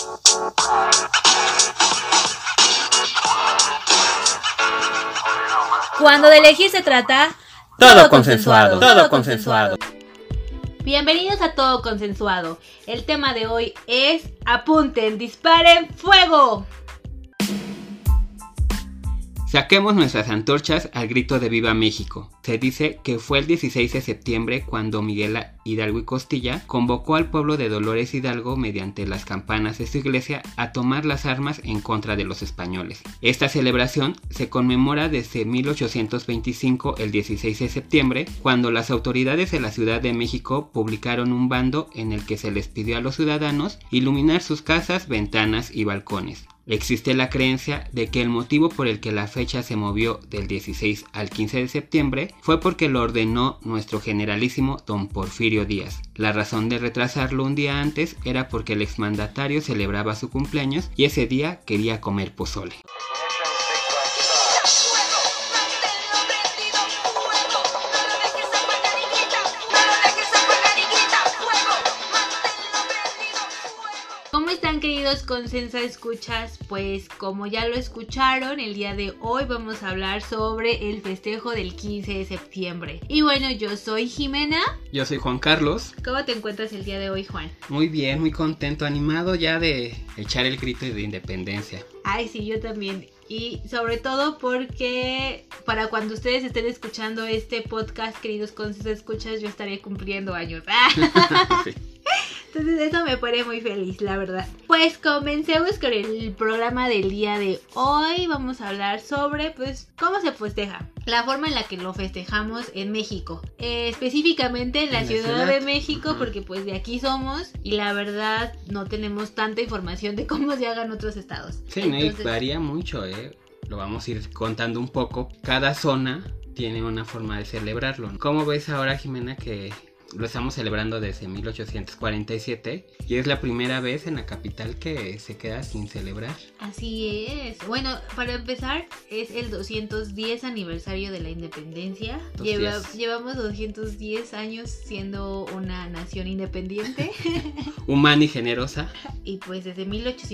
Cuando de elegir se trata, todo consensuado. Bienvenidos a Todo Consensuado. El tema de hoy es apunten, disparen, fuego. Saquemos nuestras antorchas al grito de Viva México. Se dice que fue el 16 de septiembre cuando Miguel Hidalgo y Costilla convocó al pueblo de Dolores Hidalgo mediante las campanas de su iglesia a tomar las armas en contra de los españoles. Esta celebración se conmemora desde 1825, el 16 de septiembre, cuando las autoridades de la Ciudad de México publicaron un bando en el que se les pidió a los ciudadanos iluminar sus casas, ventanas y balcones. Existe la creencia de que el motivo por el que la fecha se movió del 16 al 15 de septiembre fue porque lo ordenó nuestro generalísimo don Porfirio Díaz. La razón de retrasarlo un día antes era porque el exmandatario celebraba su cumpleaños y ese día quería comer pozole. Queridos Consensa Escuchas, pues como ya lo escucharon, el día de hoy vamos a hablar sobre el festejo del 15 de septiembre. Y bueno, yo soy Jimena. Yo soy Juan Carlos. ¿Cómo te encuentras el día de hoy, Juan? Muy bien, muy contento, animado ya de echar el grito de independencia. Ay, sí, yo también. Y sobre todo porque para cuando ustedes estén escuchando este podcast, queridos Consensa Escuchas, yo estaré cumpliendo años. Sí. Entonces eso me pone muy feliz, la verdad. Pues comencemos con el programa del día de hoy. Vamos a hablar sobre, pues, cómo se festeja. La forma en la que lo festejamos en México. Específicamente en la Ciudad de México, porque pues de aquí somos. Y la verdad no tenemos tanta información de cómo se hagan otros estados. Sí, entonces, no, y varía mucho, Lo vamos a ir contando un poco. Cada zona tiene una forma de celebrarlo. ¿Cómo ves ahora, Jimena, que lo estamos celebrando desde 1847 y es la primera vez en la capital que se queda sin celebrar? Así es. Bueno, para empezar, es el 210 aniversario de la independencia. Llevamos 210 años siendo una nación independiente. Humana y generosa. Y pues desde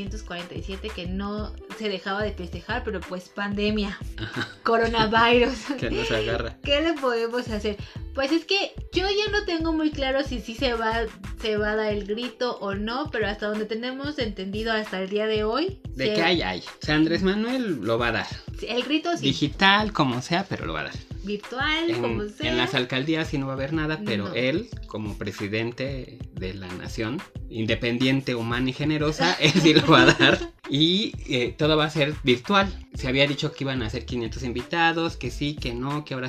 1847 que no se dejaba de festejar, pero pues pandemia. Ajá. Coronavirus. Que nos agarra. ¿Qué le podemos hacer? Pues es que yo ya no tengo muy claro si sí se va a dar el grito o no, pero hasta donde tenemos entendido hasta el día de hoy. De que hay. O sea, Andrés Manuel lo va a dar. El grito sí. Digital, como sea, pero lo va a dar. Virtual, como sea. En las alcaldías sí no va a haber nada, pero no. Él, como presidente de la nación, independiente, humana y generosa, él sí lo va a dar. Y todo va a ser virtual. Se había dicho que iban a ser 500 invitados, que sí, que no, que ahora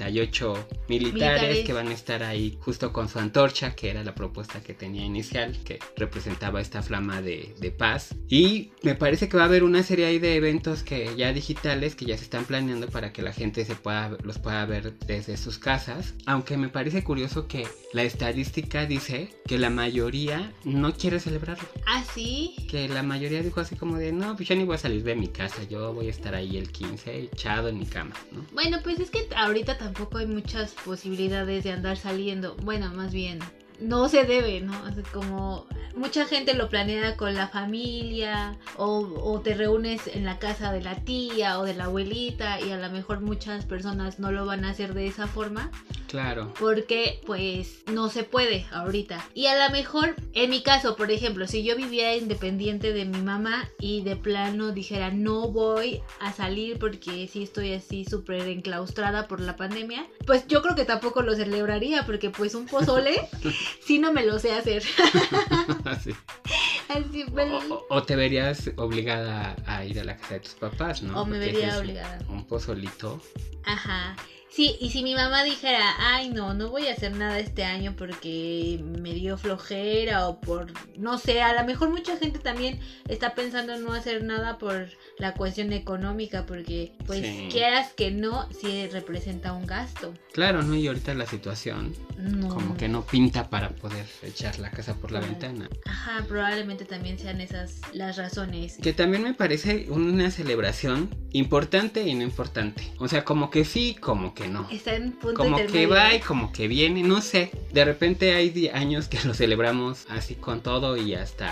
78 militares que van a estar ahí justo con su antorcha, que era la propuesta que tenía inicial, que representaba esta flama de paz. Y me parece que va a haber una serie ahí de eventos que ya digitales, que ya se están planeando para que la gente los pueda ver desde sus casas. Aunque me parece curioso que la estadística dice que la mayoría no quiere celebrarlo. ¿Ah, sí? Que la mayoría dijo así como de, no, pues yo ni voy a salir de mi casa, yo voy a estar ahí el 15 echado en mi cama, ¿no? Bueno, pues es que ahorita tampoco hay muchas posibilidades de andar saliendo. Bueno, más bien, no se debe, ¿no? O sea, como mucha gente lo planea con la familia o te reúnes en la casa de la tía o de la abuelita y a lo mejor muchas personas no lo van a hacer de esa forma. Claro. Porque pues no se puede ahorita. Y a lo mejor, en mi caso, por ejemplo, si yo viviera independiente de mi mamá y de plano dijera no voy a salir porque sí estoy así súper enclaustrada por la pandemia, pues yo creo que tampoco lo celebraría porque pues un pozole sí no me lo sé hacer. Así. Así, o te verías obligada a ir a la casa de tus papás, ¿no? O me vería obligada. Un pozolito. Ajá. Sí, y si mi mamá dijera, ay no voy a hacer nada este año porque me dio flojera o por, no sé, a lo mejor mucha gente también está pensando en no hacer nada por la cuestión económica porque pues sí, quieras que no, sí representa un gasto. Claro, ¿no? Y ahorita la situación como que no pinta para poder echar la casa por la ventana. Ajá, probablemente también sean esas las razones. Que también me parece una celebración importante y no importante. O sea, como que sí, como que no. Está en punto como intermedio. Que va y como que viene, no sé. De repente hay años que lo celebramos así con todo y hasta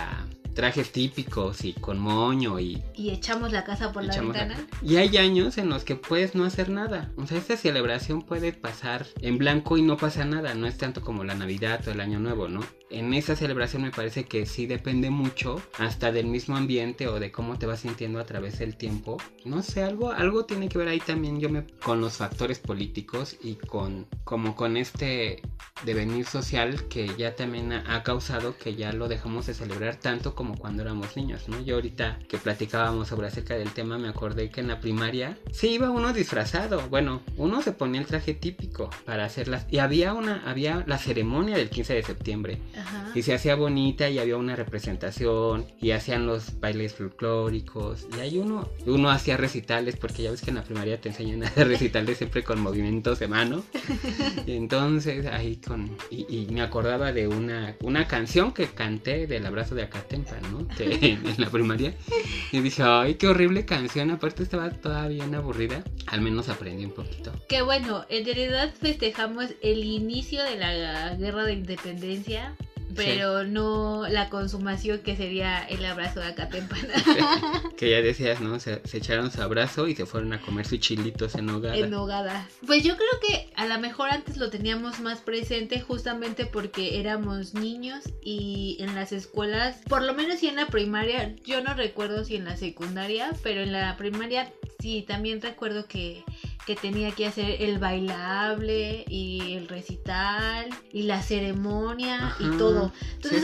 trajes típicos y con moño y echamos la casa por la ventana. Y hay años en los que puedes no hacer nada. O sea, esta celebración puede pasar en blanco y no pasa nada. No es tanto como la Navidad o el Año Nuevo, ¿no? En esa celebración me parece que sí depende mucho hasta del mismo ambiente o de cómo te vas sintiendo a través del tiempo. No sé, algo tiene que ver ahí también con los factores políticos y con este devenir social que ya también ha causado que ya lo dejamos de celebrar tanto como cuando éramos niños, ¿no? Yo ahorita que platicábamos acerca del tema me acordé que en la primaria sí iba uno disfrazado. Bueno, uno se ponía el traje típico para hacerlas y había la ceremonia del 15 de septiembre. Ajá. Y se hacía bonita y había una representación y hacían los bailes folclóricos y ahí uno hacía recitales porque ya ves que en la primaria te enseñan a hacer recitales siempre con movimientos de mano. Y entonces ahí y me acordaba de una canción que canté del Abrazo de Acatempa, ¿no? En la primaria. Y dije, ay, qué horrible canción. Aparte estaba toda bien aburrida. Al menos aprendí un poquito. Que bueno, en realidad festejamos el inicio de la Guerra de Independencia, pero sí, no la consumación que sería el abrazo de Acatempa. Que ya decías, ¿no? Se echaron su abrazo y se fueron a comer sus chilitos en nogada. En nogada. Pues yo creo que a lo mejor antes lo teníamos más presente justamente porque éramos niños y en las escuelas, por lo menos sí en la primaria, yo no recuerdo si en la secundaria, pero en la primaria sí, también recuerdo que tenía que hacer el bailable y el recital y la ceremonia. Ajá, y todo. Entonces sí,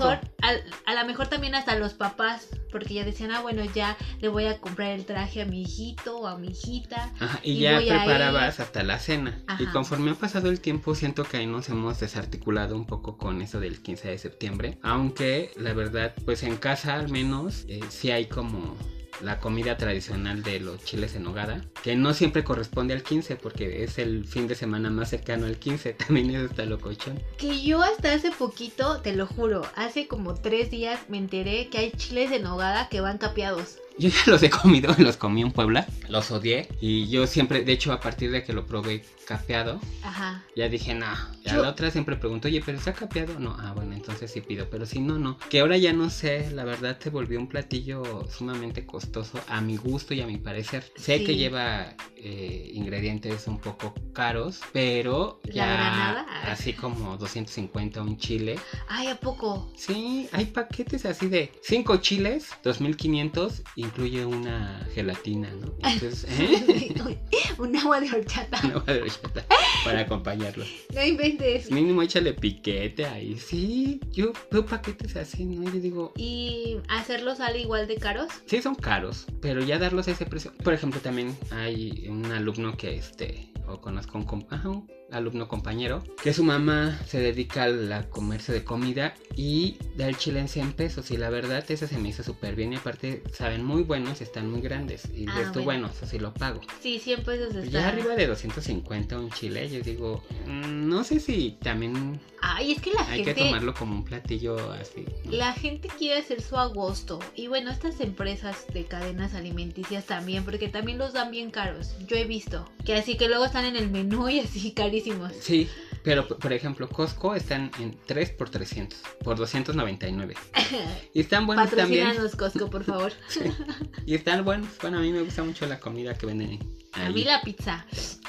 a lo mejor también hasta los papás, porque ya decían, bueno, ya le voy a comprar el traje a mi hijito o a mi hijita. Ajá, y ya preparabas hasta la cena. Ajá. Y conforme ha pasado el tiempo siento que ahí nos hemos desarticulado un poco con eso del 15 de septiembre. Aunque la verdad, pues en casa al menos sí hay como la comida tradicional de los chiles en nogada, que no siempre corresponde al 15 porque es el fin de semana más cercano al 15, también es hasta locochón. Que yo hasta hace poquito, te lo juro, hace como 3 días me enteré que hay chiles en nogada que van capeados. Yo ya los he comido, los comí en Puebla, los odié y yo siempre, de hecho a partir de que lo probé capeado, ajá, ya dije no, la otra siempre pregunto, oye, ¿pero está capeado? No, bueno, entonces sí pido, pero si no, que ahora ya no sé, la verdad se volvió un platillo sumamente costoso a mi gusto y a mi parecer. Sé que lleva ingredientes un poco caros, pero ya granada, así como 250 un chile. Ay, ¿a poco? Sí, hay paquetes así de 5 chiles, 2,500 incluye una gelatina, ¿no? Entonces, un agua de horchata. Un agua de horchata para acompañarlo. No inventes. Mínimo échale piquete ahí. Sí, yo veo paquetes así, ¿no? Y digo... ¿Y hacerlos sale igual de caros? Sí, son caros, pero ya darlos a ese precio. Por ejemplo, también hay un alumno que o conozco un alumno compañero, que su mamá se dedica al comercio de comida y da el chile en 100 pesos y la verdad esa se me hizo súper bien y aparte saben muy buenos, están muy grandes y bueno, eso sí lo pago. Sí, 100 pesos está. Ya arriba de 250 un chile, yo digo, no sé si también... Ay, es que hay que tomarlo como un platillo así, ¿no? La gente quiere hacer su agosto y bueno, estas empresas de cadenas alimenticias también, porque también los dan bien caros, yo he visto, que así que luego están en el menú y así carísimos. Sí, pero por ejemplo Costco están en 3 por 300, por 299 y están buenos también. Patrocínanos Costco, por favor. Sí. Y están buenos, bueno, a mí me gusta mucho la comida que venden ahí. A mí la pizza,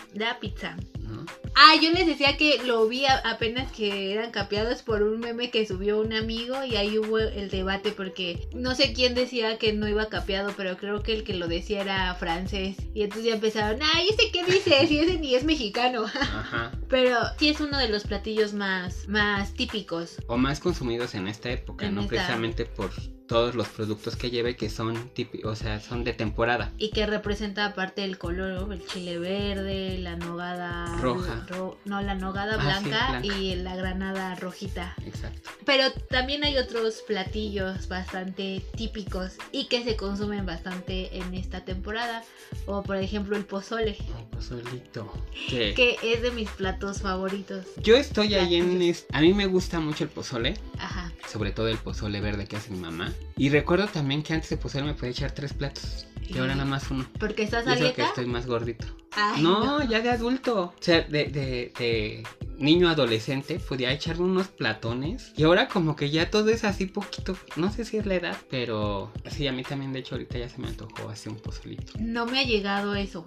¿no? Yo les decía que lo vi apenas que eran capeados por un meme que subió un amigo y ahí hubo el debate porque no sé quién decía que no iba capeado, pero creo que el que lo decía era francés y entonces ya empezaron, ¿ese qué dice? Si ese ni es mexicano. Ajá. Pero sí es uno de los platillos más típicos. O más consumidos en esta época, ¿no? Precisamente por todos los productos que lleve que son típicos, o sea, son de temporada. Y que representa aparte el color, ¿no? El chile verde, la nogada roja. La nogada blanca y la granada rojita. Exacto. Pero también hay otros platillos bastante típicos y que se consumen bastante en esta temporada. O por ejemplo el pozole. El pozolito. Que es de mis platos favoritos. Yo estoy ahí a mí me gusta mucho el pozole. Ajá. Sobre todo el pozole verde que hace mi mamá. Y recuerdo también que antes de pozole me podía echar 3 platos. Y ahora nada más 1. ¿Porque estás a dieta? Que estoy más gordito. Ay, No, ya de adulto. O sea, de niño adolescente podía echarme unos platones. Y ahora como que ya todo es así poquito. No sé si es la edad, pero sí, a mí también de hecho ahorita ya se me antojó así un pozolito. No me ha llegado eso.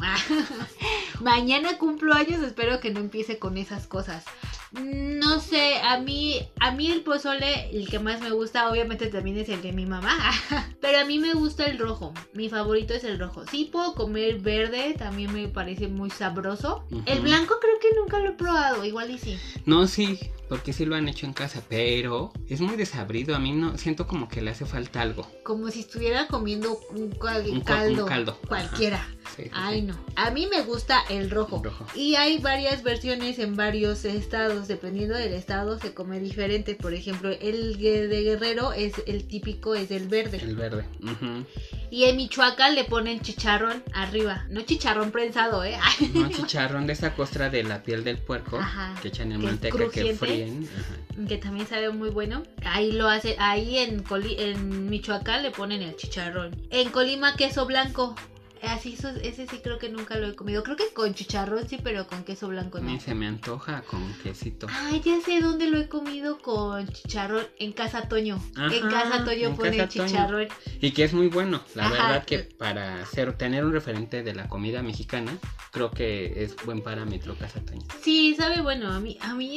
Mañana cumplo años, espero que no empiece con esas cosas. No sé, a mí el pozole, el que más me gusta, obviamente también es el de mi mamá. Pero a mí me gusta el rojo. Mi favorito es el rojo. Sí puedo comer verde, también me parece muy sabroso. Uh-huh. El blanco creo que nunca lo he probado, igual y sí. No, sí, porque sí lo han hecho en casa, pero es muy desabrido. A mí no, siento como que le hace falta algo. Como si estuviera comiendo un caldo. Un caldo. Cualquiera. Sí, Ay, no. A mí me gusta el rojo. Y hay varias versiones en varios estados. Dependiendo del estado se come diferente. Por ejemplo, el de Guerrero es el típico, es el verde. El verde. Uh-huh. Y en Michoacán le ponen chicharrón arriba. No chicharrón prensado, No, chicharrón de esa costra de la piel del puerco. Ajá. Que echan en Que es manteca, crujiente, que fríen. Ajá. Que también sabe muy bueno. Ahí lo hace. Ahí en Michoacán le ponen el chicharrón. En Colima, queso blanco. Así, ese sí creo que nunca lo he comido. Creo que con chicharrón sí, pero con queso blanco A no. mí se me antoja con quesito. Ay, ya sé dónde lo he comido con chicharrón. En Casa Toño. Ajá, en Casa Toño en ponen Casa Toño. chicharrón. Y que es muy bueno. La Ajá, verdad que para tener un referente de la comida mexicana, creo que es buen parámetro Casa Toño. Sí, sabe bueno. A mí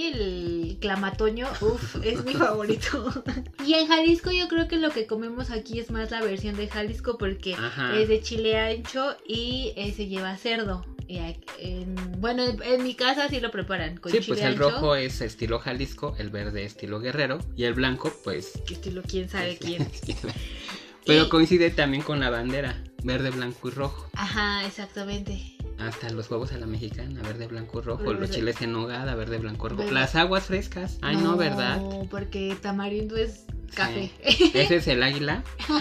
el clamatoño, es mi favorito. Y en Jalisco yo creo que lo que comemos aquí es más la versión de Jalisco porque Ajá. es de chile ancho y se lleva cerdo. Y en mi casa sí lo preparan con Sí, chile pues el ancho. rojo es estilo Jalisco, el verde estilo Guerrero y el blanco pues... Que estilo quién sabe quién. Pero Y- coincide también con la bandera, verde, blanco y rojo. Ajá, exactamente. Hasta los huevos a la mexicana, verde, blanco y rojo. Verde. Los chiles en nogada, verde, blanco y rojo. Verde. Las aguas frescas. Ay, no, ¿verdad? No, porque tamarindo es café. Sí. Ese es el águila.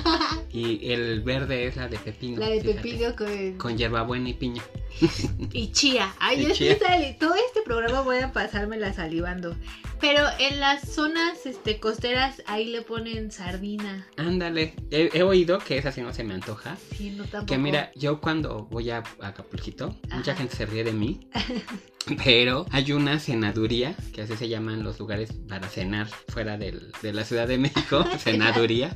Y el verde es la de pepino. La de fíjate. pepino Con hierbabuena y piña. y chía. Ay, Y yo chía. todo este programa voy a pasármela salivando. Pero en las zonas costeras ahí le ponen sardina. Ándale. He oído que esa sí no se me antoja. Sí, no tampoco. Que mira, yo cuando voy a Acapulquito, mucha Ajá. gente se ríe de mí. Pero hay una cenaduría, que así se llaman los lugares para cenar fuera de la Ciudad de México. Cenaduría.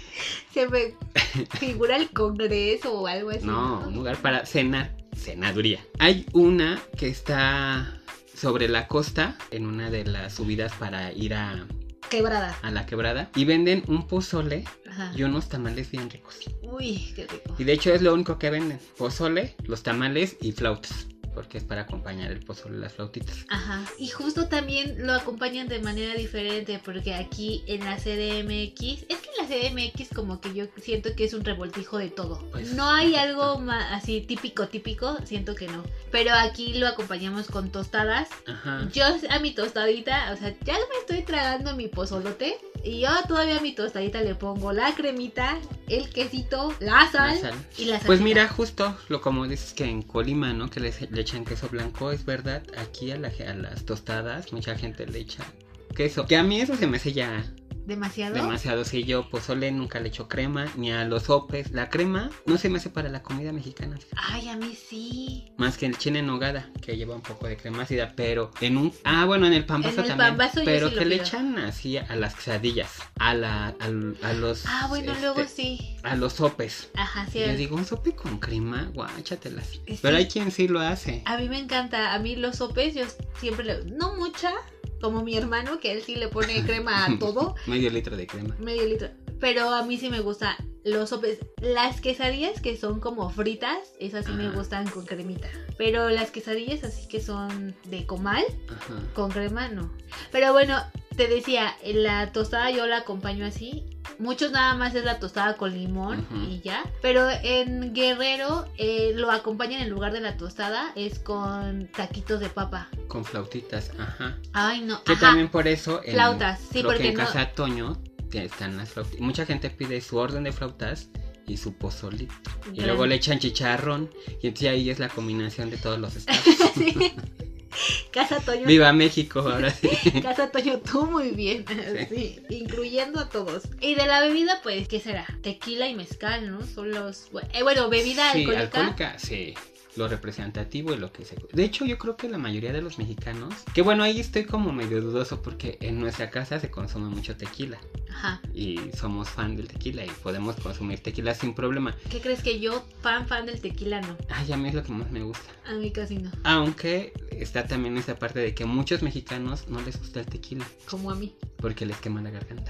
Se me figura el Congreso o algo así. No, un lugar para cenar. Cenaduría. Hay una que está sobre la costa, en una de las subidas para ir a Quebrada. la quebrada. Y venden un pozole Ajá. y unos tamales bien ricos. Uy, qué rico. Y de hecho es lo único que venden. Pozole, los tamales y flautas. Porque es para acompañar el pozole, las flautitas. Ajá. Y justo también lo acompañan de manera diferente porque aquí en la CDMX, es que en la CDMX como que yo siento que es un revoltijo de todo. Pues, no hay exacto. algo más así típico, siento que no. Pero aquí lo acompañamos con tostadas. Ajá. Yo a mi tostadita, o sea, ya me estoy tragando mi pozolote y yo todavía a mi tostadita le pongo la cremita, el quesito, la sal, La sal. y la salsita. Pues mira, justo lo como dices que en Colima, ¿no? Que le echan queso blanco, es verdad. Aquí a las tostadas mucha gente le echa queso. Que a mí eso se me hace ya ¿Demasiado? demasiado. Si yo pozole nunca le echo crema, ni a los sopes. La crema no se me hace para la comida mexicana. Ay, a mí sí. Más que el chile en nogada, que lleva un poco de crema ácida, pero en un... Ah, bueno, en el pambazo En el también. pambazo yo pero sí que lo le pido. echan así a las quesadillas, a los... Ah, bueno, luego sí. A los sopes. Ajá, sí. Y yo digo, un sope con crema, guáchatelas. Sí. Pero hay quien sí lo hace. A mí me encanta. A mí los sopes, yo siempre no mucha, como mi hermano, que él sí le pone crema a todo. Medio litro de crema. Medio litro. Pero a mí sí me gusta los sopes. Las quesadillas que son como fritas, esas sí me Ajá. gustan con cremita. Pero las quesadillas así que son de comal, Ajá. con crema, no. Pero bueno, te decía, la tostada yo la acompaño así. Muchos nada más es la tostada con limón Ujú. y ya. Pero en Guerrero lo acompañan en lugar de la tostada, es con taquitos de papa. Con flautitas, ajá. Ay, no. Que Ajá. también por eso... Flautas, sí, creo porque que en no- Casa Toño están las flautas. Mucha gente pide su orden de flautas y su pozolito. Y Gran- luego le echan chicharrón. Y entonces ahí es la combinación de todos los estados. Sí. Casa Toño. ¡Viva México! Ahora sí. Casa Toño, tú muy bien. Sí, incluyendo a todos. Y de la bebida, pues, ¿qué será? Tequila y mezcal, ¿no? Son los... bueno, bebida Sí, alcohólica. alcohólica, sí. lo representativo y lo que se... De hecho, yo creo que la mayoría de los mexicanos, que bueno, ahí estoy como medio dudoso porque en nuestra casa se consume mucho tequila. Ajá. Y somos fan del tequila y podemos consumir tequila sin problema. ¿Qué crees? Que yo, fan del tequila, no? Ay, a mí es lo que más me gusta. A mí casi no. Aunque está también esa parte de que a muchos mexicanos no les gusta el tequila. Como a mí. Porque les quema la garganta.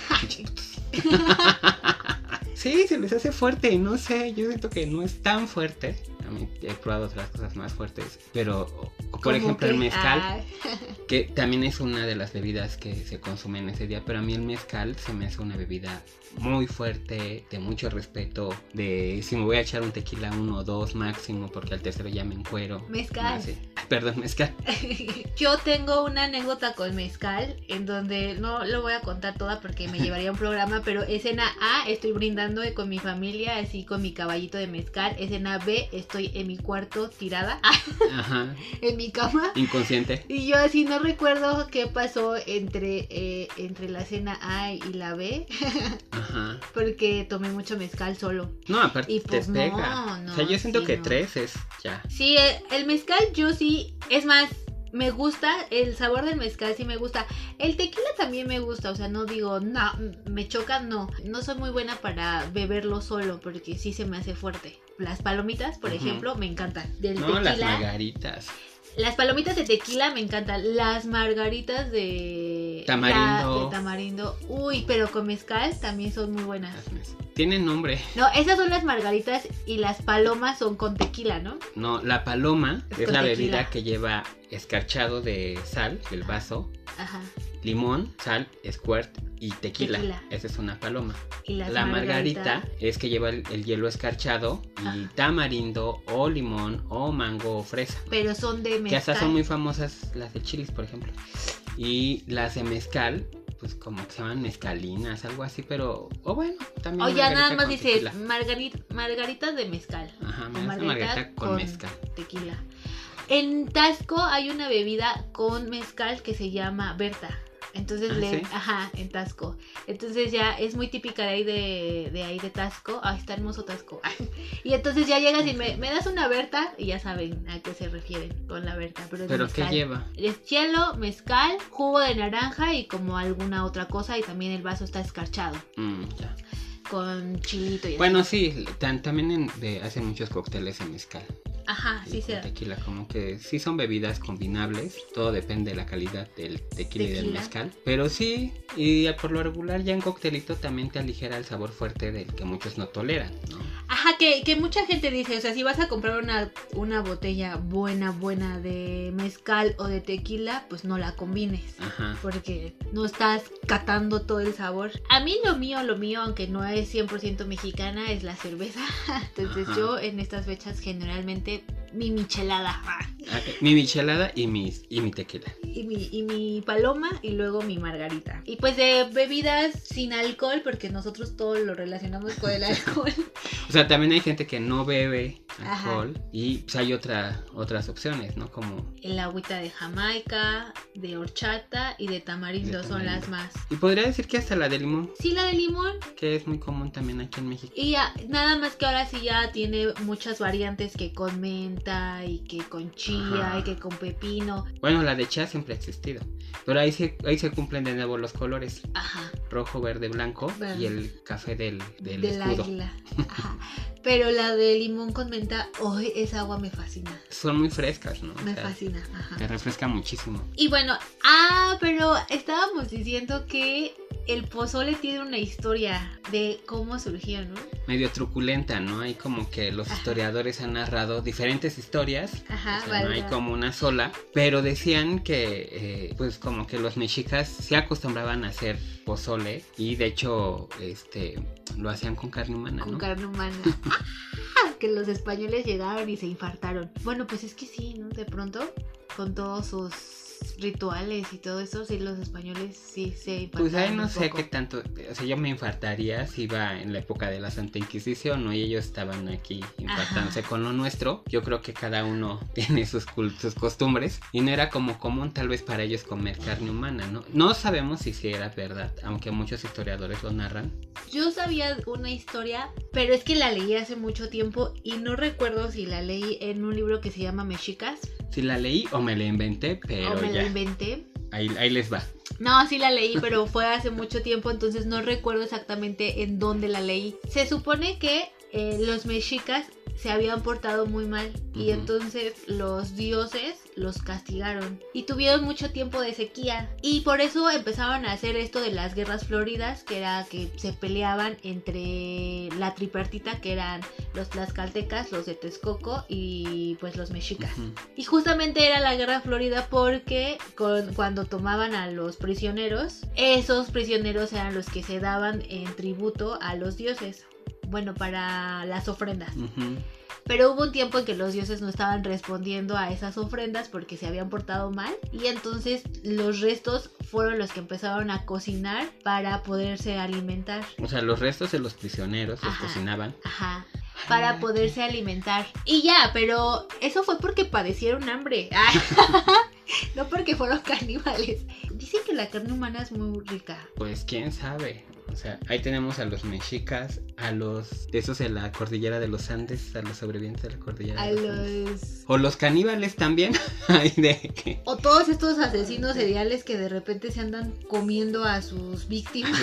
Sí, se les hace fuerte y no sé, yo siento que no es tan fuerte. A mí he probado otras cosas más fuertes, pero por ejemplo el mezcal, que también es una de las bebidas que se consumen ese día, pero a mí el mezcal se me hace una bebida muy fuerte, de mucho respeto, de si me voy a echar un tequila 1 o 2 máximo, porque al tercero ya me encuero. Mezcal. No sé. Perdón, mezcal. Yo tengo una anécdota con mezcal, en donde no lo voy a contar toda porque me llevaría un programa, pero escena A, estoy brindando con mi familia, así con mi caballito de mezcal. Escena B, estoy en mi cuarto tirada. Ajá. En mi cama. Inconsciente. Y yo así no recuerdo qué pasó entre la escena A y la B. Ajá. Porque tomé mucho mezcal solo. No, aparte y pues te pega. No, o sea, yo siento sí, que no. 3 es ya. Sí, el mezcal yo sí, es más, me gusta, el sabor del mezcal sí me gusta. El tequila también me gusta, o sea, no digo, no, me choca, no. No soy muy buena para beberlo solo porque sí se me hace fuerte. Las palomitas, por ejemplo, me encantan. Del no, tequila, las margaritas. Las palomitas de tequila me encantan. Las margaritas de tamarindo. De tamarindo. Uy, pero con mezcal también son muy buenas. Tienen nombre. No, esas son las margaritas y las palomas son con tequila, ¿no? No, la paloma es la tequila. bebida que lleva escarchado de sal, el vaso, Ajá. limón, sal, squirt y tequila. Esa es una paloma. ¿Y la margarita es que lleva el hielo escarchado y Ajá. tamarindo o limón o mango o fresa. Pero son de mezcal. Que hasta son muy famosas las de chilis, por ejemplo. Y las de mezcal, pues como que se llaman mezcalinas, algo así, pero... O bueno, también... O ya nada más dice tequila. margaritas de mezcal. Ajá, margarita con mezcal. Tequila. En Tasco hay una bebida con mezcal que se llama Berta. Entonces ¿sí? Ajá, en Tasco. Entonces ya es muy típica de ahí de Tasco. Ay, está hermoso Tasco. Y entonces ya llegas y me das una Berta y ya saben a qué se refieren con la Berta. Pero ¿qué lleva? Es hielo, mezcal, jugo de naranja y como alguna otra cosa. Y también el vaso está escarchado. Ya. Con chilito y bueno, así. sí, también hacen muchos cócteles en mezcal. Ajá, sí se da. Tequila, como que sí son bebidas combinables. Todo depende de la calidad del tequila y del mezcal. Pero sí, y por lo regular ya en coctelito también te aligera el sabor fuerte del que muchos no toleran, ¿no? Ajá, que mucha gente dice, o sea, si vas a comprar una botella buena de mezcal o de tequila, pues no la combines. Ajá. Porque no estás catando todo el sabor. A mí lo mío, aunque no es 100% mexicana, es la cerveza. Entonces Ajá. yo en estas fechas generalmente mi michelada. Mi michelada y mi tequila. Y mi paloma y luego mi margarita. Y pues de bebidas sin alcohol, porque nosotros todo lo relacionamos con el alcohol. O sea, también hay gente que no bebe alcohol. Ajá. Y pues hay otras opciones, ¿no? Como... El agüita de Jamaica, de horchata y de tamarindo son las más. Y podría decir que hasta la de limón. Sí, la de limón. Que es muy común también aquí en México. Y ya, nada más que ahora sí ya tiene muchas variantes, que con menta y que con chía. Ajá. Y que con pepino. Bueno, la de chía siempre ha existido. Pero ahí se cumplen de nuevo los colores. Ajá. Rojo, verde, blanco. Verde. Y el café del Del escudo. águila. Ajá. Pero la de limón con menta, hoy esa agua me fascina. Son muy frescas, ¿no? Me fascina. Ajá. Te refresca muchísimo. Y bueno, pero estábamos diciendo que el pozole tiene una historia de cómo surgió, ¿no? Medio truculenta, ¿no? Hay como que los historiadores han narrado diferentes historias. Ajá, o sea, no hay como una sola. Pero decían que, pues como que los mexicas se acostumbraban a hacer pozole. Y de hecho, lo hacían con carne humana, ¿no? Con carne humana. Que los españoles llegaron y se infartaron. Bueno, pues es que sí, ¿no? De pronto, con todos sus rituales y todo eso, sí, los españoles sí se infartaron. Pues ahí no un sé poco. qué tanto, o sea, yo me infartaría si iba en la época de la Santa Inquisición, ¿no? Y ellos estaban aquí infartándose con lo nuestro. Yo creo que cada uno tiene sus costumbres y no era como común tal vez para ellos comer carne humana, ¿no? No sabemos si sí era verdad, aunque muchos historiadores lo narran, Yo sabía una historia, pero es que la leí hace mucho tiempo y no recuerdo si la leí en un libro que se llama Mexicas. Si la leí o me la inventé, pero o me ya. la inventé. Ahí les va. No, sí la leí, pero fue hace mucho tiempo, entonces no recuerdo exactamente en dónde la leí. Se supone que los mexicas se habían portado muy mal y entonces los dioses los castigaron y tuvieron mucho tiempo de sequía y por eso empezaron a hacer esto de las guerras floridas, que era que se peleaban entre la tripartita, que eran los tlaxcaltecas, los de Texcoco y pues los mexicas. Y justamente era la guerra florida porque cuando tomaban a los prisioneros, esos prisioneros eran los que se daban en tributo a los dioses. Bueno, para las ofrendas. Pero hubo un tiempo en que los dioses no estaban respondiendo a esas ofrendas porque se habían portado mal. Y entonces los restos fueron los que empezaron a cocinar para poderse alimentar. O sea, los restos de los prisioneros los cocinaban. Ajá. Para poderse alimentar. Y ya, pero eso fue porque padecieron hambre. No porque fueron caníbales. Dicen que la carne humana es muy rica. Pues quién sabe. O sea, ahí tenemos a los mexicas, a los de esos de la cordillera de los Andes, a los sobrevivientes de la cordillera de los Andes. O los caníbales también. O todos estos asesinos seriales que de repente se andan comiendo a sus víctimas.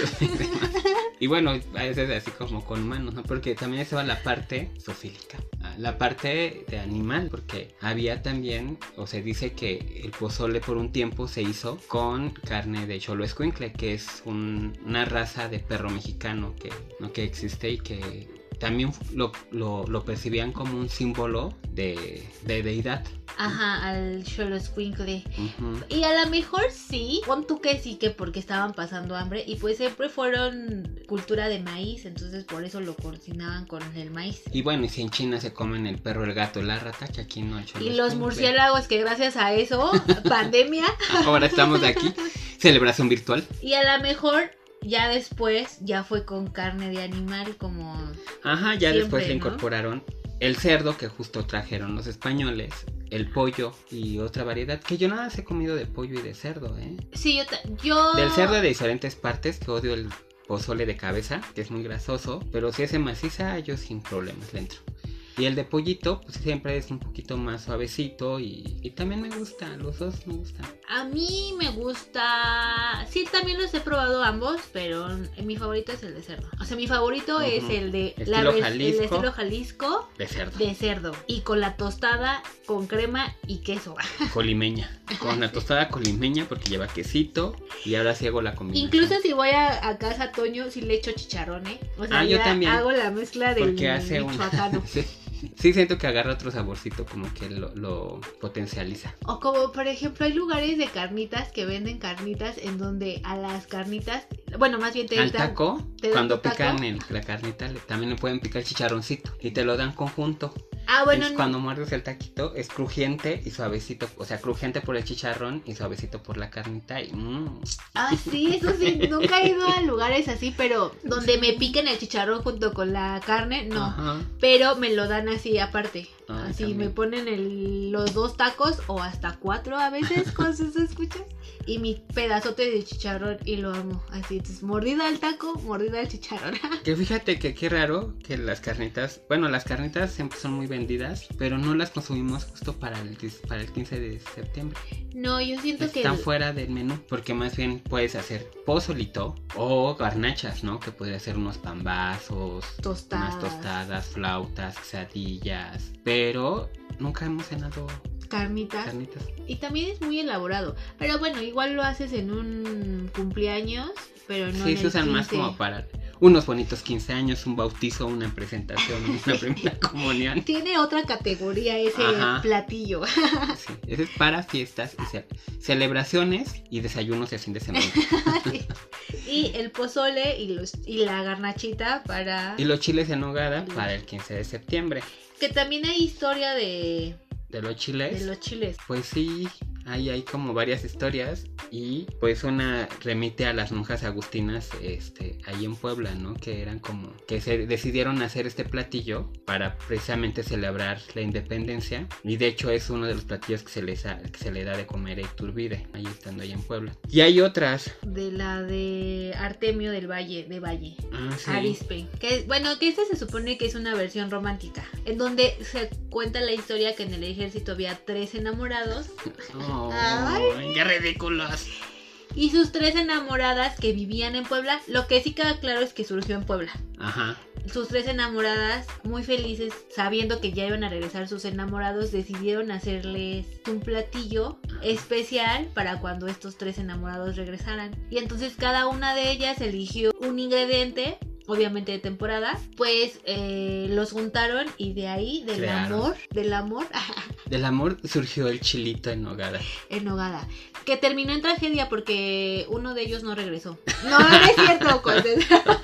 Y bueno, a veces así como con humanos, ¿no? Porque también estaba la parte zoofílica, la parte de animal, porque había también, o se dice que el pozole por un tiempo se hizo con carne de xoloescuincle, que es una raza de perro mexicano que existe y que también lo percibían como un símbolo de deidad. Ajá, al xoloescuincle. Y a lo mejor sí, pon tú que sí, que porque estaban pasando hambre y pues siempre fueron cultura de maíz, entonces por eso lo cocinaban con el maíz. Y bueno, y si en China se comen el perro, el gato, la rata, que aquí no. Y los murciélagos, que gracias a eso, pandemia. Ahora estamos aquí, celebración virtual. Y a lo mejor ya después ya fue con carne de animal como... Ajá, ya siempre, después le ¿no? incorporaron el cerdo que justo trajeron los españoles, el pollo y otra variedad, que yo nada más he comido de pollo y de cerdo, ¿eh? Sí, yo... Del cerdo de diferentes partes, que odio el pozole de cabeza, que es muy grasoso, pero si es de maciza, yo sin problemas le entro. Y el de pollito, pues siempre es un poquito más suavecito y también me gusta, los dos me gustan. A mí me gusta... Sí, también los he probado ambos, pero mi favorito es el de cerdo. O sea, mi favorito es el de... el estilo Jalisco. De cerdo. Y con la tostada, con crema y queso. Colimeña. Con la tostada colimeña porque lleva quesito y ahora sí hago la combinación. Incluso si voy a casa Toño, sí le echo chicharrón, ¿eh? O sea, yo también hago la mezcla del michoacano. Sí, siento que agarra otro saborcito, como que lo potencializa. O como, por ejemplo, hay lugares de carnitas que venden carnitas en donde a las carnitas, bueno, más bien te dan... Al taco, cuando pican taco. la carnita, también le pueden picar chicharroncito y te lo dan conjunto. Bueno. Entonces, cuando muerdes el taquito, es crujiente y suavecito, o sea, crujiente por el chicharrón y suavecito por la carnita y... Sí, eso sí, nunca he ido a lugares así, pero donde me piquen el chicharrón junto con la carne, no. Ajá. Pero me lo dan así aparte. Así también. me ponen los 2 tacos o hasta 4 a veces, cuando se escucha. Y mi pedazote de chicharrón y lo amo. Así, entonces, mordida al taco, mordida al chicharrón. Que fíjate que qué raro que las carnitas siempre son muy vendidas, pero no las consumimos justo para el 15 de septiembre. No, yo siento que... Están fuera del menú, porque más bien puedes hacer pozolito o garnachas, ¿no? Que podría ser unos pambazos, unas tostadas, flautas, quesadillas, pero nunca hemos cenado carnitas. Y también es muy elaborado. Pero bueno, igual lo haces en un cumpleaños, pero no. Sí, se usan 15. Más como para unos bonitos 15 años, un bautizo, una presentación, una primera comunión. Tiene otra categoría ese platillo. Sí, ese es para fiestas y celebraciones y desayunos de fin de semana. Sí. Y el pozole y la garnachita para... Y los chiles en nogada para el 15 de septiembre. Que también hay historia de los chiles. De los chiles. Pues sí, ahí hay como varias historias y pues una remite a las monjas agustinas ahí en Puebla, ¿no? Que eran como que se decidieron hacer este platillo para precisamente celebrar la independencia y de hecho es uno de los platillos que se le da de comer a Iturbide, ahí estando ahí en Puebla. Y hay otras. De la de Artemio del Valle, Sí. Arispe. Que esta se supone que es una versión romántica, en donde se cuenta la historia que en el ejército había 3 enamorados. Oh, ¡qué ridículos! Y sus 3 enamoradas que vivían en Puebla. Lo que sí queda claro es que surgió en Puebla. Ajá. Sus 3 enamoradas, muy felices, sabiendo que ya iban a regresar sus enamorados, decidieron hacerles un platillo especial para cuando estos 3 enamorados regresaran. Y entonces cada una de ellas eligió un ingrediente, obviamente de temporada, pues los juntaron y de ahí, del amor Del amor surgió el chilito en nogada. En nogada, que terminó en tragedia porque uno de ellos no regresó. No es cierto, Cortés.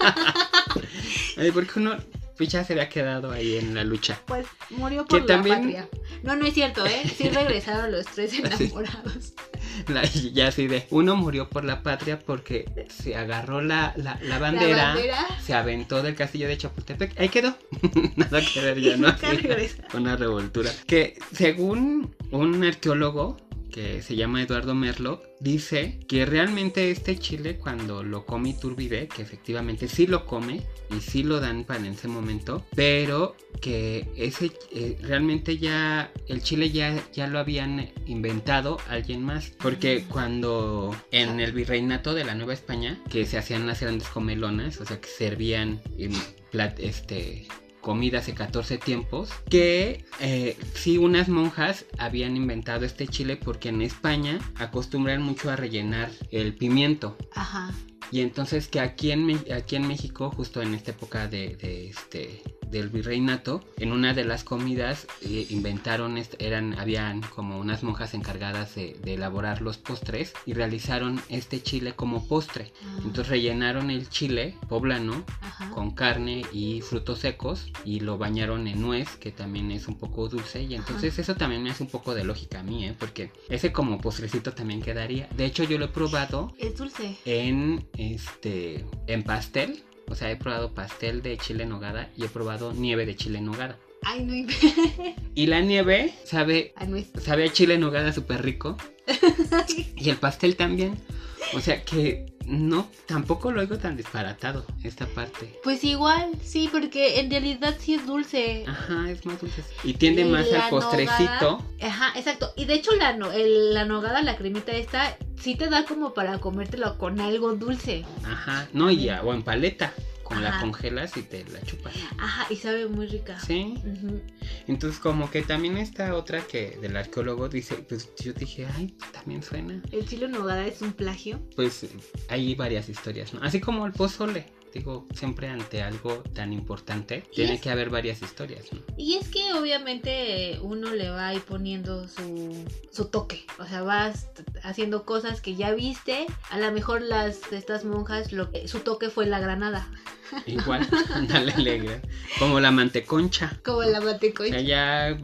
Porque uno pues ya se había quedado ahí en la lucha. Pues murió por la patria. No es cierto, sí regresaron los 3 enamorados. Ya así de, uno murió por la patria porque se agarró la bandera, se aventó del castillo de Chapultepec, ahí quedó. Nada que ver ya, ¿no? Una revoltura. Que según un arqueólogo que se llama Eduardo Merlo, dice que realmente este chile cuando lo come Iturbide, que efectivamente sí lo come y sí lo dan para en ese momento, pero que ese realmente ya el chile ya lo habían inventado alguien más, porque cuando en el virreinato de la Nueva España, que se hacían las grandes comelonas, o sea que servían comidas de 14 tiempos, que sí unas monjas habían inventado este chile porque en España acostumbran mucho a rellenar el pimiento. Ajá. Y entonces que aquí en México, justo en esta época del virreinato, en una de las comidas inventaron, habían como unas monjas encargadas de elaborar los postres y realizaron este chile como postre. Entonces rellenaron el chile poblano con carne y frutos secos y lo bañaron en nuez, que también es un poco dulce, y entonces eso también me hace un poco de lógica a mí, porque ese como postrecito también quedaría. De hecho yo lo he probado. Es dulce. En pastel. O sea, he probado pastel de chile en nogada y he probado nieve de chile en nogada. Ay, no. Y la nieve sabe a chile en nogada súper rico. Y el pastel también. O sea que no, tampoco lo oigo tan disparatado esta parte. Pues igual, sí, porque en realidad sí es dulce. Ajá, es más dulce. Y tiende más al postrecito. Nogada, ajá, exacto. Y de hecho la nogada, la cremita esta, sí te da como para comértelo con algo dulce. Ajá, no, o en paleta. Como la congelas y te la chupas. Ajá, y sabe muy rica. Sí. Uh-huh. Entonces como que también esta otra que del arqueólogo dice, pues yo dije, ay, también suena. ¿El chile en nogada es un plagio? Pues hay varias historias, ¿no? Así como el pozole. Digo, siempre ante algo tan importante tiene que haber varias historias, ¿no? Y es que obviamente uno le va ahí poniendo su toque. O sea, vas haciendo cosas que ya viste. A lo mejor estas monjas, su toque fue la granada. Igual, dale alegre. Como la manteconcha. Como la manteconcha. O sea, ya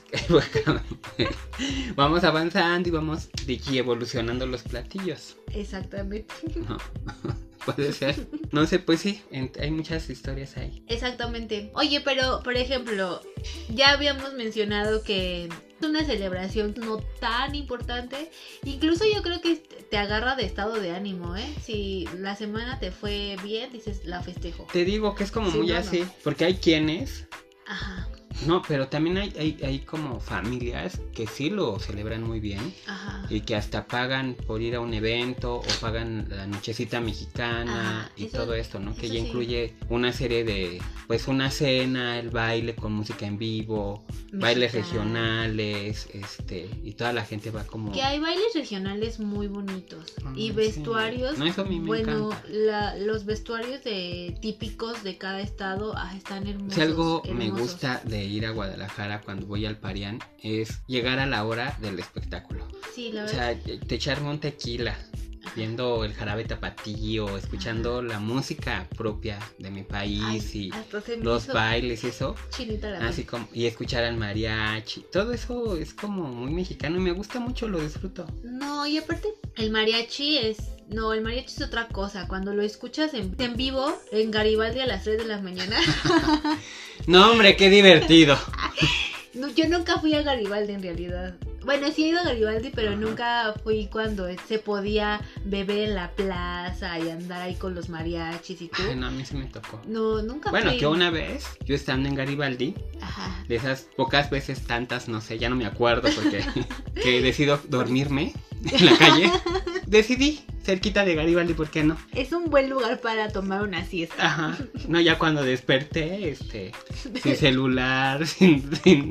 vamos avanzando y vamos evolucionando los platillos. Exactamente. No. Puede ser. No sé, pues sí, hay muchas historias ahí. Exactamente. Oye, pero, por ejemplo, ya habíamos mencionado que es una celebración no tan importante. Incluso yo creo que te agarra de estado de ánimo, ¿eh? Si la semana te fue bien, dices, la festejo. Te digo que es como muy así, porque hay quienes... Ajá. No, pero también hay como familias que sí lo celebran muy bien. Ajá. Y que hasta pagan por ir a un evento o pagan la nochecita mexicana. Ajá, y todo esto, ¿no? Que ya incluye una serie de, pues una cena, el baile con música en vivo, bailes regionales, y toda la gente va como... Que hay bailes regionales muy bonitos y vestuarios. Sí. No, eso a mí me encanta. Los vestuarios típicos de cada estado están hermosos. Si algo me gusta de ir a Guadalajara cuando voy al Parián es llegar a la hora del espectáculo. Sí, la verdad. O sea, te echarme un tequila. viendo el jarabe tapatío, escuchando la música propia de mi país y los bailes y eso. Chinita la así como, y escuchar al mariachi. Todo eso es como muy mexicano y me gusta mucho, lo disfruto. No, y aparte, el mariachi es otra cosa. Cuando lo escuchas en vivo, en Garibaldi a las 3 de la mañana. No, hombre, qué divertido. No, yo nunca fui a Garibaldi en realidad. Bueno, sí he ido a Garibaldi, pero nunca fui cuando se podía beber en la plaza y andar ahí con los mariachis y todo. Ay, no, a mí sí me tocó. No, nunca Bueno, fui. que una vez, yo estando en Garibaldi, Ajá. de esas pocas veces, tantas, no sé, ya no me acuerdo porque que decido dormirme en la calle, decidí cerquita de Garibaldi, ¿por qué no? Es un buen lugar para tomar una siesta. Ajá. No, ya cuando desperté, sin celular, sin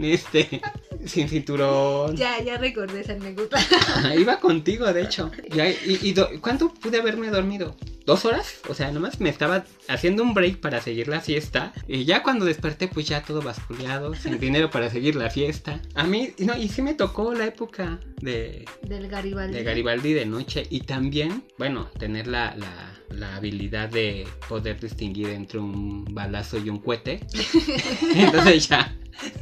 cinturón. Ya recordé esa anécdota. Iba contigo, de hecho. ¿Cuánto pude haberme dormido? ¿2 horas? O sea, nomás me estaba haciendo un break para seguir la fiesta. Y ya cuando desperté, pues ya todo basculeado, sin dinero para seguir la fiesta. A mí, no, y sí me tocó la época del Garibaldi. De Garibaldi de noche. Y también, bueno, tener la habilidad de poder distinguir entre un balazo y un cohete. Entonces ya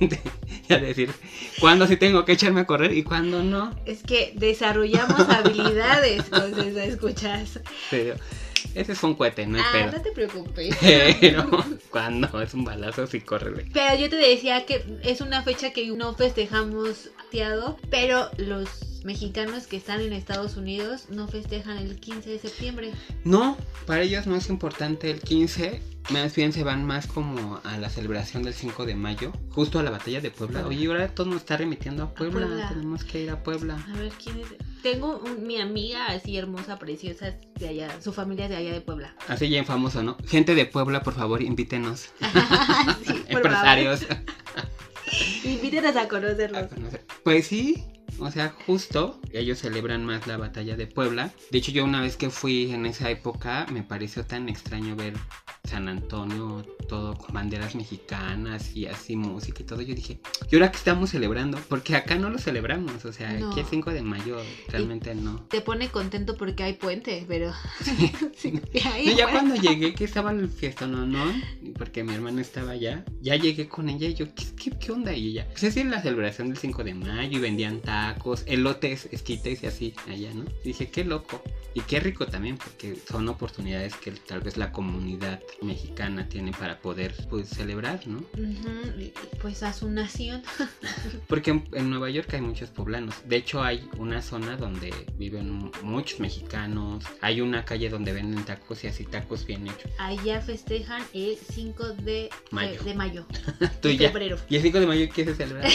decir cuándo sí tengo que echarme a correr y cuándo no. Es que desarrollamos habilidades, entonces escuchas. Pero ese es un cohete, no hay pedo. No te preocupes. Pero cuando es un balazo sí córrele. Pero yo te decía que es una fecha que no festejamos, pero los mexicanos que están en Estados Unidos no festejan el 15 de septiembre. No, para ellos no es importante el 15. Más bien se van más como a la celebración del 5 de mayo, justo a la batalla de Puebla. Oye, ahora todo nos está remitiendo a Puebla. Tenemos que ir a Puebla. A ver, ¿quién es? Tengo mi amiga así hermosa, preciosa, de allá, su familia es de allá de Puebla. Así ya famoso, ¿no? Gente de Puebla, por favor, invítenos. Sí, empresarios. Invítenos a conocerlos. Pues sí. O sea, justo ellos celebran más la batalla de Puebla. De hecho, yo una vez que fui en esa época, me pareció tan extraño ver San Antonio todo con banderas mexicanas y así música y todo. Yo dije, ¿y ahora qué estamos celebrando? Porque acá no lo celebramos. O sea, no. Aquí es 5 de mayo, realmente no. Te pone contento porque hay puente, pero... Sí. Ya cuando llegué, que estaba el fiestón, ¿no? Porque mi hermana estaba allá. Ya llegué con ella y yo, ¿qué onda? Y ella, pues es en la celebración del 5 de mayo y vendían tacos, elotes, esquites y así allá, ¿no? Y dije, qué loco. Y qué rico también, porque son oportunidades que tal vez la comunidad mexicana tiene para poder, pues, celebrar, ¿no? Pues a su nación. Porque en Nueva York hay muchos poblanos. De hecho, hay una zona donde viven muchos mexicanos. Hay una calle donde venden tacos y así tacos bien hechos. Allá festejan el 5 de mayo. Tú de ya. febrero. ¿Y el 5 de mayo qué se celebra?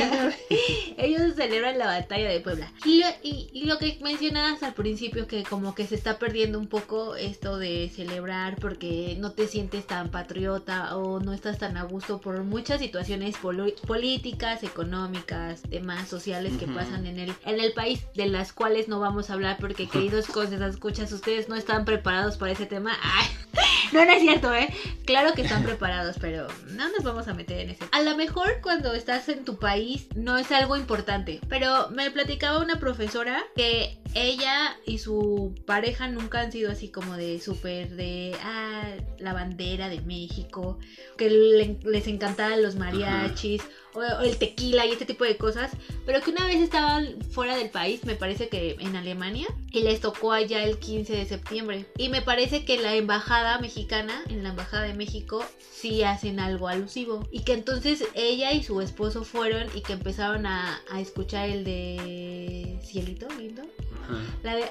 Ellos celebran la batalla de Puebla. Y lo que mencionabas al principio, que como que se está perdiendo un poco esto de celebrar porque no te sientes tan patriota o no estás tan a gusto por muchas situaciones políticas, económicas, demás sociales que pasan en el país, de las cuales no vamos a hablar porque, queridos escuchas, ustedes no están preparados para ese tema. Ay, no es cierto, claro que están preparados, pero no nos vamos a meter en ese. A lo mejor cuando estás en tu país no es algo importante, pero me platicaba una profesora que ella y su pareja nunca han sido así como de súper de la bandera de México, que les encantaban los mariachis o el tequila y este tipo de cosas, pero que una vez estaban fuera del país, me parece que en Alemania, y les tocó allá el 15 de septiembre, y me parece que la embajada mexicana, en la embajada de México, sí hacen algo alusivo, y que entonces ella y su esposo fueron y que empezaron a escuchar el de Cielito Lindo, la de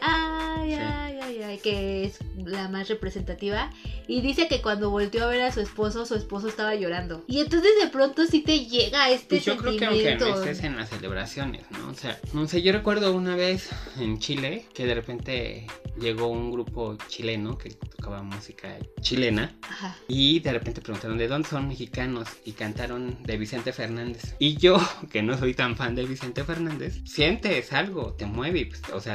ay, que es la más representativa, y dice que cuando volteó a ver a su esposo estaba llorando, y entonces de pronto sí te llega este pues yo sentimiento. creo que aunque no estés en las celebraciones, ¿no? O sea, no sé, yo recuerdo una vez en Chile que de repente llegó un grupo chileno que tocaba música chilena. Ajá. Y de repente preguntaron de dónde son mexicanos y cantaron de Vicente Fernández. Y yo, que no soy tan fan de Vicente Fernández, sientes algo, te mueve, pues, o sea,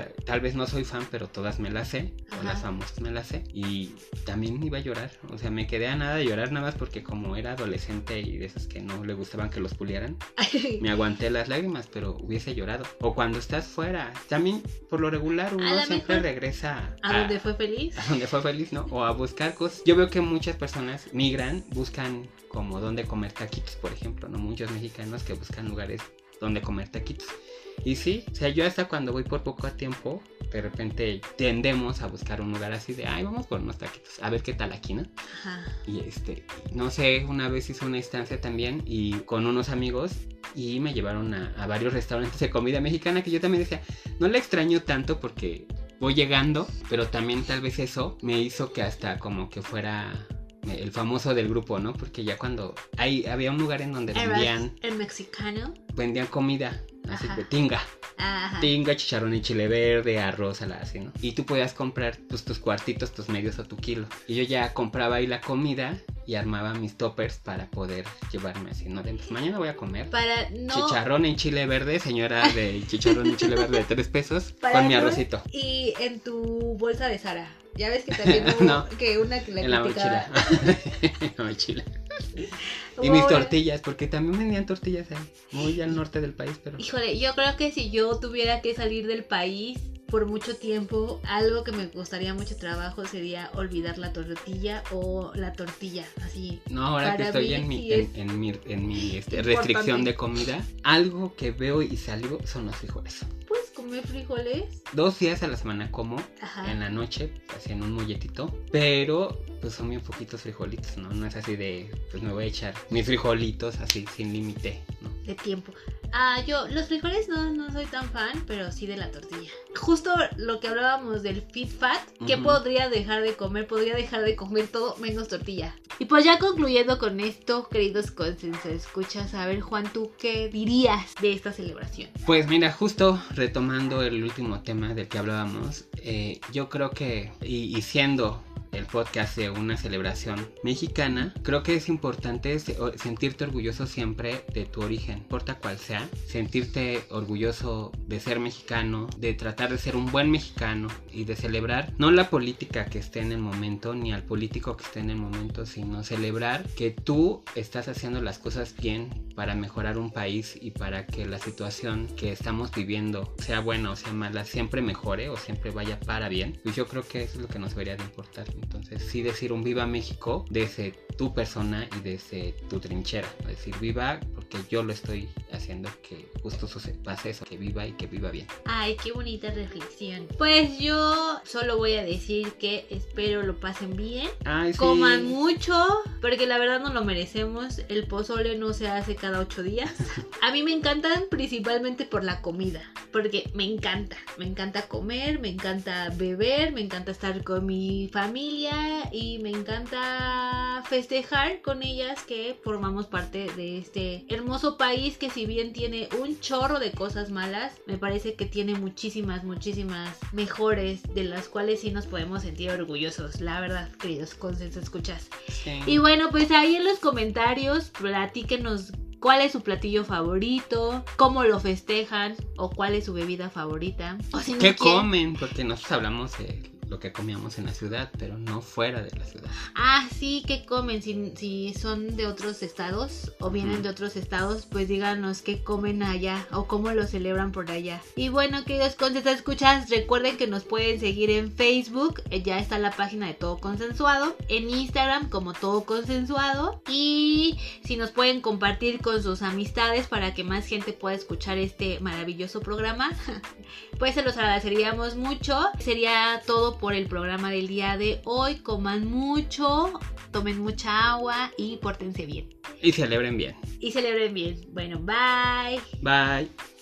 tal vez no soy fan, pero todas me las sé, Ajá. o las famosas me las sé, y también iba a llorar, o sea, me quedé a nada de llorar nada más porque como era adolescente y de esos que no le gustaban que los pulieran, me aguanté las lágrimas, pero hubiese llorado. O cuando estás fuera, también por lo regular uno siempre regresa a donde fue feliz. A donde fue feliz, ¿no? O a buscar cosas. Yo veo que muchas personas migran, buscan como dónde comer taquitos, por ejemplo, ¿no? Muchos mexicanos que buscan lugares donde comer taquitos. Y sí, o sea, yo hasta cuando voy por poco tiempo, de repente tendemos a buscar un lugar así de, ay, vamos por unos taquitos, a ver qué tal aquí, ¿no? Ajá. Y no sé, una vez hice una instancia también y con unos amigos y me llevaron a varios restaurantes de comida mexicana que yo también decía, no la extraño tanto porque voy llegando, pero también tal vez eso me hizo que hasta como que fuera el famoso del grupo, ¿no? Porque ya cuando había un lugar en donde vendían... ¿El mexicano? Vendían comida, así Ajá. de tinga. Ajá. Tinga, chicharrón y chile verde, arroz, así, ¿no? Y tú podías comprar pues, tus cuartitos, tus medios o tu kilo. Y yo ya compraba ahí la comida y armaba mis toppers para poder llevarme así, ¿no? Pues mañana voy a comer chicharrón en chile verde, señora de chicharrón y chile verde de 3 pesos con mi arrocito. Y en tu bolsa de Sara. Ya ves que también hubo no, que una que en la criticaba. mochila. En la mochila. Y mis tortillas, porque también vendían tortillas ahí, muy al norte del país, pero... Híjole, yo creo que si yo tuviera que salir del país por mucho tiempo, algo que me costaría mucho trabajo sería olvidar la tortilla o la tortilla, así. No, ahora que estoy en mi restricción de comida, algo que veo y salgo son los frijoles. ¿Puedes comer frijoles? 2 días a la semana como, Ajá. en la noche, así en un molletito, pero pues son bien poquitos frijolitos, ¿no? No es así de, pues me voy a echar mis frijolitos así, sin límite, ¿no? De tiempo. Yo los frijoles no soy tan fan, pero sí de la tortilla. Justo lo que hablábamos del fit fat, que podría dejar de comer todo menos tortilla. Y pues ya concluyendo con esto, queridos escuchas, a ver, Juan, ¿tú qué dirías de esta celebración? Pues mira, justo retomando el último tema del que hablábamos, yo creo que, y siendo el podcast de una celebración mexicana, creo que es importante sentirte orgulloso siempre de tu origen, no importa cuál sea, sentirte orgulloso de ser mexicano, de tratar de ser un buen mexicano y de celebrar no la política que esté en el momento ni al político que esté en el momento, sino celebrar que tú estás haciendo las cosas bien para mejorar un país y para que la situación que estamos viviendo, sea buena o sea mala, siempre mejore o siempre vaya para bien. Pues yo creo que eso es lo que nos debería de importar. Entonces sí decir un viva México desde tu persona y desde tu trinchera, es decir, viva porque yo lo estoy haciendo que justo pase eso, que viva y que viva bien. Ay, qué bonita reflexión. Pues yo solo voy a decir que espero lo pasen bien. Ay, sí. Coman mucho, porque la verdad no lo merecemos. El pozole no se hace cada 8 días. A mí me encantan principalmente por la comida, porque me encanta comer, me encanta beber, me encanta estar con mi familia y me encanta festejar con ellas que formamos parte de este hermoso país que, si bien tiene un chorro de cosas malas, me parece que tiene muchísimas mejores, de las cuales sí nos podemos sentir orgullosos, la verdad, queridos escuchas. Sí. Y bueno, pues ahí en los comentarios platíquenos cuál es su platillo favorito, cómo lo festejan o cuál es su bebida favorita. O si no ¿Qué comen? Porque nosotros hablamos de lo que comíamos en la ciudad, pero no fuera de la ciudad. Ah, sí, ¿qué comen? Si son de otros estados o vienen de otros estados, pues díganos qué comen allá o cómo lo celebran por allá. Y bueno, queridos escuchas, recuerden que nos pueden seguir en Facebook, ya está la página de Todo Consensuado, en Instagram como Todo Consensuado, y si nos pueden compartir con sus amistades para que más gente pueda escuchar este maravilloso programa, pues se los agradeceríamos mucho. Sería todo por el programa del día de hoy. Coman mucho, tomen mucha agua y pórtense bien. Y celebren bien. Bueno, bye. Bye.